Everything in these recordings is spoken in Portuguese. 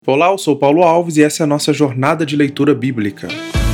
Olá, eu sou Paulo Alves e essa é a nossa jornada de leitura bíblica.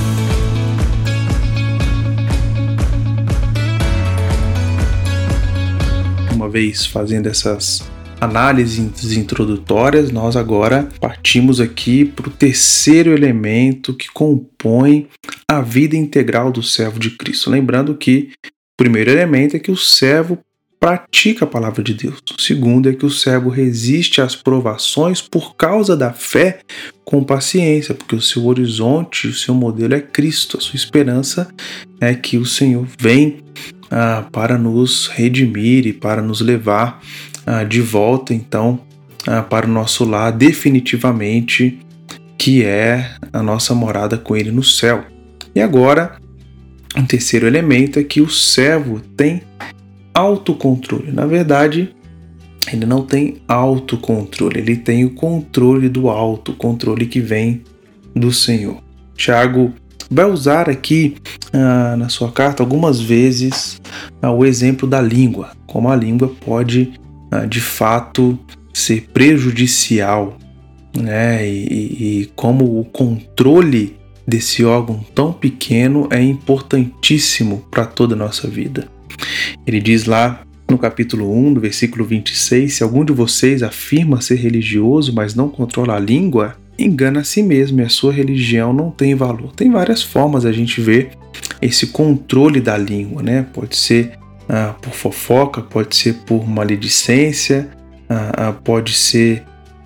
Uma vez fazendo essas análises introdutórias, nós agora partimos aqui para o terceiro elemento que compõe a vida integral do servo de Cristo. Lembrando que o primeiro elemento é que o servo pratica a palavra de Deus. O segundo é que o servo resiste às provações por causa da fé com paciência, porque o seu horizonte, o seu modelo é Cristo. A sua esperança é que o Senhor vem para nos redimir e para nos levar de volta, então, para o nosso lar definitivamente, que é a nossa morada com Ele no céu. E agora, um terceiro elemento é que o servo tem autocontrole. Na verdade, ele não tem autocontrole, ele tem o controle do alto, o controle que vem do Senhor. Tiago vai usar aqui na sua carta algumas vezes o exemplo da língua, como a língua pode de fato ser prejudicial, né? E como o controle desse órgão tão pequeno é importantíssimo para toda a nossa vida. Ele diz lá no capítulo 1, no versículo 26, se algum de vocês afirma ser religioso, mas não controla a língua, engana a si mesmo e a sua religião não tem valor. Tem várias formas a gente ver esse controle da língua, né? Pode ser por fofoca, pode ser por maledicência, pode ser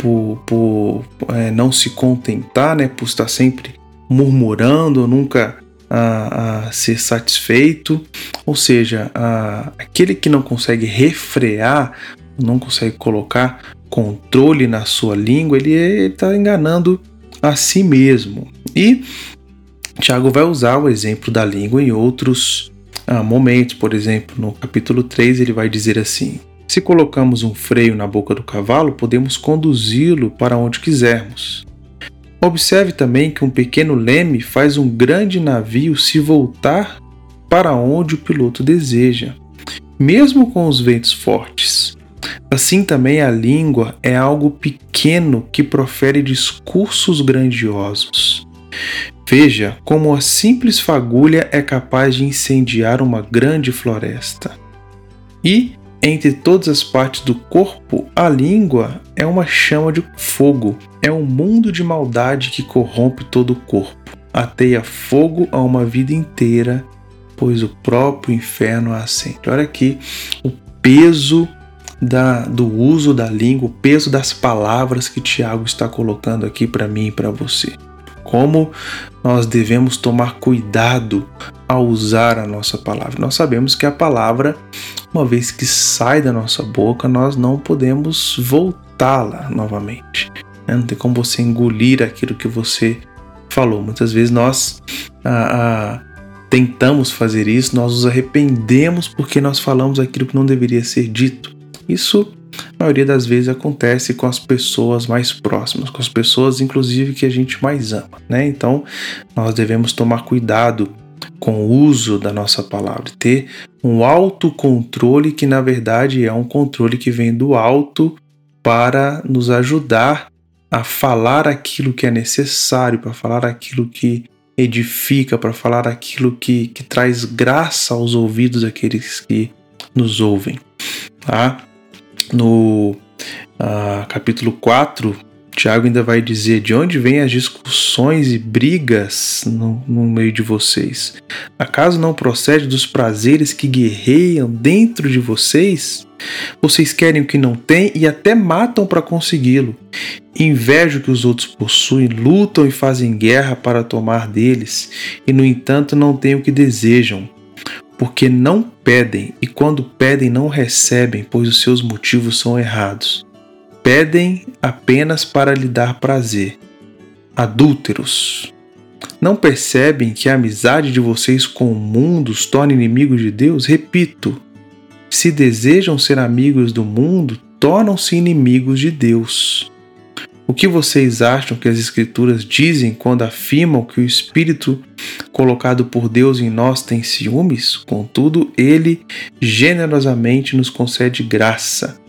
por não se contentar, né? Por estar sempre murmurando, nunca a ser satisfeito, ou seja, aquele que não consegue refrear, não consegue colocar controle na sua língua, ele está enganando a si mesmo. E Tiago vai usar o exemplo da língua em outros momentos. Por exemplo, no capítulo 3 ele vai dizer assim: se colocamos um freio na boca do cavalo, podemos conduzi-lo para onde quisermos. Observe também que um pequeno leme faz um grande navio se voltar para onde o piloto deseja, mesmo com os ventos fortes. Assim também a língua é algo pequeno que profere discursos grandiosos. Veja como a simples fagulha é capaz de incendiar uma grande floresta. E, entre todas as partes do corpo, a língua é uma chama de fogo. É um mundo de maldade que corrompe todo o corpo. Ateia fogo a uma vida inteira, pois o próprio inferno a acende. Olha aqui o peso do uso da língua, o peso das palavras que Tiago está colocando aqui para mim e para você. Como nós devemos tomar cuidado ao usar a nossa palavra. Nós sabemos que a palavra, uma vez que sai da nossa boca, nós não podemos voltá-la novamente. Não tem como você engolir aquilo que você falou. Muitas vezes nós tentamos fazer isso, nós nos arrependemos porque nós falamos aquilo que não deveria ser dito. Isso, a maioria das vezes, acontece com as pessoas mais próximas, com as pessoas, inclusive, que a gente mais ama, né? Então, nós devemos tomar cuidado com o uso da nossa palavra, ter um autocontrole que, na verdade, é um controle que vem do alto para nos ajudar a falar aquilo que é necessário, para falar aquilo que edifica, para falar aquilo que traz graça aos ouvidos daqueles que nos ouvem. Tá? No capítulo 4, Tiago ainda vai dizer: de onde vêm as discussões e brigas no meio de vocês? Acaso não procede dos prazeres que guerreiam dentro de vocês? Vocês querem o que não têm e até matam para consegui-lo. Invejam o que os outros possuem, lutam e fazem guerra para tomar deles, e no entanto não têm o que desejam. Porque não pedem, e quando pedem não recebem, pois os seus motivos são errados. Pedem apenas para lhe dar prazer. Adúlteros! Não percebem que a amizade de vocês com o mundo os torna inimigos de Deus? Repito, se desejam ser amigos do mundo, tornam-se inimigos de Deus. O que vocês acham que as Escrituras dizem quando afirmam que o Espírito colocado por Deus em nós tem ciúmes? Contudo, Ele generosamente nos concede graça.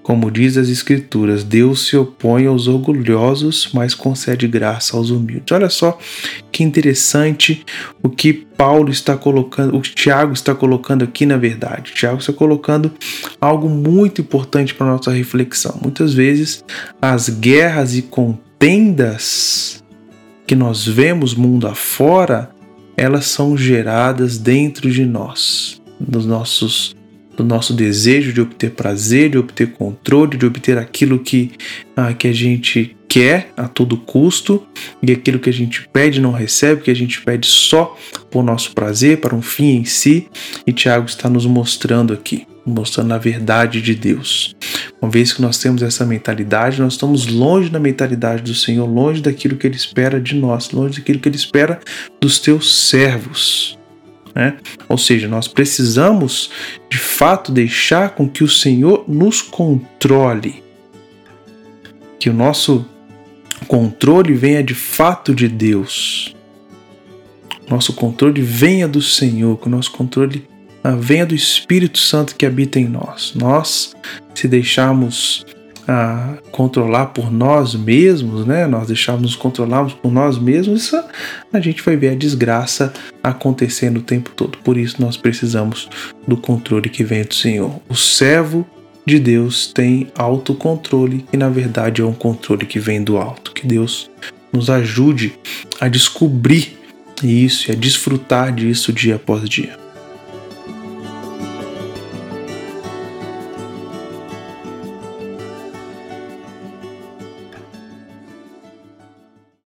Como diz as Escrituras, Deus se opõe aos orgulhosos, mas concede graça aos humildes. Olha só que interessante o que Paulo está colocando, o que Tiago está colocando aqui na verdade. Tiago está colocando algo muito importante para a nossa reflexão. Muitas vezes as guerras e contendas que nós vemos mundo afora, elas são geradas dentro de nós, do nosso desejo de obter prazer, de obter controle, de obter aquilo que a gente quer a todo custo, e aquilo que a gente pede não recebe, que a gente pede só por nosso prazer, para um fim em si. E Tiago está nos mostrando aqui, mostrando a verdade de Deus. Uma vez que nós temos essa mentalidade, nós estamos longe da mentalidade do Senhor, longe daquilo que Ele espera de nós, longe daquilo que Ele espera dos teus servos. Ou seja, nós precisamos de fato deixar com que o Senhor nos controle, que o nosso controle venha de fato de Deus, nosso controle venha do Senhor, que o nosso controle venha do Espírito Santo que habita em nós. Nós, se deixarmos controlar por nós mesmos, nós deixarmos controlarmos por nós mesmos, isso, a gente vai ver a desgraça acontecendo o tempo todo. Por isso nós precisamos do controle que vem do Senhor. O servo de Deus tem autocontrole e na verdade é um controle que vem do alto. Que Deus nos ajude a descobrir isso e a desfrutar disso dia após dia.